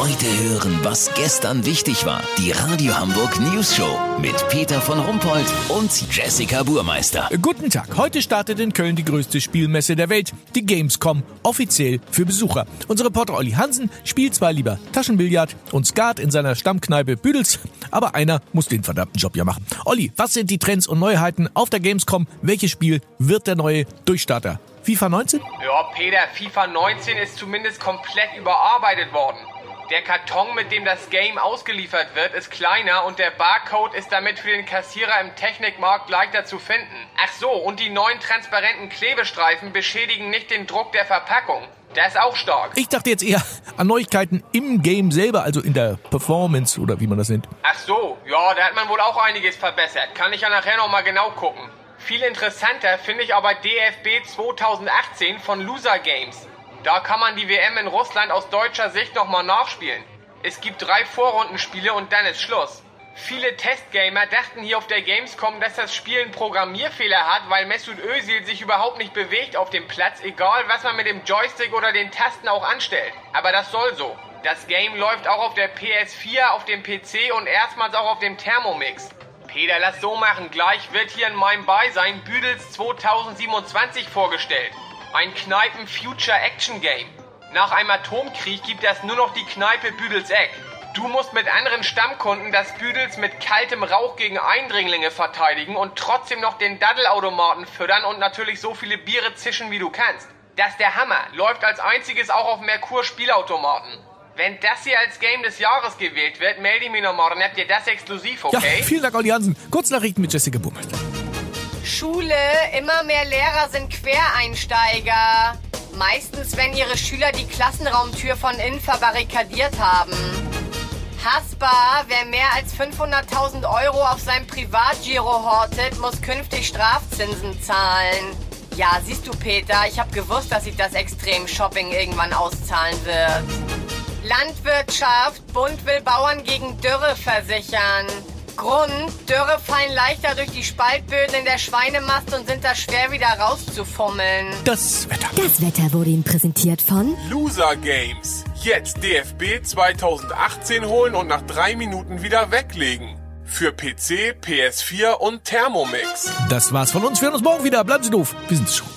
Heute hören, was gestern wichtig war. Die Radio Hamburg News Show mit Peter von Rumpold und Jessica Burmeister. Guten Tag. Heute startet in Köln die größte Spielmesse der Welt, die Gamescom, offiziell für Besucher. Unser Reporter Olli Hansen spielt zwar lieber Taschenbillard und Skat in seiner Stammkneipe Büdels, aber einer muss den verdammten Job ja machen. Olli, was sind die Trends und Neuheiten auf der Gamescom? Welches Spiel wird der neue Durchstarter? FIFA 19? Ja, Peter, FIFA 19 ist zumindest komplett überarbeitet worden. Der Karton, mit dem das Game ausgeliefert wird, ist kleiner und der Barcode ist damit für den Kassierer im Technikmarkt leichter zu finden. Ach so, und die neuen transparenten Klebestreifen beschädigen nicht den Druck der Verpackung. Das ist auch stark. Ich dachte jetzt eher an Neuigkeiten im Game selber, also in der Performance oder wie man das nennt. Ach so, ja, da hat man wohl auch einiges verbessert. Kann ich ja nachher nochmal genau gucken. Viel interessanter finde ich aber DFB 2018 von Loser Games. Da kann man die WM in Russland aus deutscher Sicht nochmal nachspielen. Es gibt 3 Vorrundenspiele und dann ist Schluss. Viele Testgamer dachten hier auf der Gamescom, dass das Spiel einen Programmierfehler hat, weil Mesut Özil sich überhaupt nicht bewegt auf dem Platz, egal was man mit dem Joystick oder den Tasten auch anstellt. Aber das soll so. Das Game läuft auch auf der PS4, auf dem PC und erstmals auch auf dem Thermomix. Peter, lass so machen. Gleich wird hier in meinem Beisein Büdels 2027 vorgestellt. Ein Kneipen-Future-Action-Game. Nach einem Atomkrieg gibt es nur noch die Kneipe Büdels Eck. Du musst mit anderen Stammkunden das Büdels mit kaltem Rauch gegen Eindringlinge verteidigen und trotzdem noch den Daddelautomaten füttern und natürlich so viele Biere zischen, wie du kannst. Das ist der Hammer. Läuft als einziges auch auf Merkur-Spielautomaten. Wenn das hier als Game des Jahres gewählt wird, melde ich mich nochmal, dann habt ihr das exklusiv, okay? Ja, vielen Dank, Olli Hansen. Kurznachrichten mit Jessica Burmeister. Schule, immer mehr Lehrer sind Quereinsteiger. Meistens, wenn ihre Schüler die Klassenraumtür von innen verbarrikadiert haben. Haspa, wer mehr als 500.000 Euro auf seinem Privatgiro hortet, muss künftig Strafzinsen zahlen. Ja, siehst du, Peter, ich habe gewusst, dass sich das Extrem-Shopping irgendwann auszahlen wird. Landwirtschaft, Bund will Bauern gegen Dürre versichern. Grund, Dürre fallen leichter durch die Spaltböden in der Schweinemast und sind da schwer wieder rauszufummeln. Das Wetter. Das Wetter wurde Ihnen präsentiert von Loser Games. Jetzt DFB 2018 holen und nach 3 Minuten wieder weglegen. Für PC, PS4 und Thermomix. Das war's von uns. Wir hören uns morgen wieder. Bleiben Sie doof. Wir sind's schon.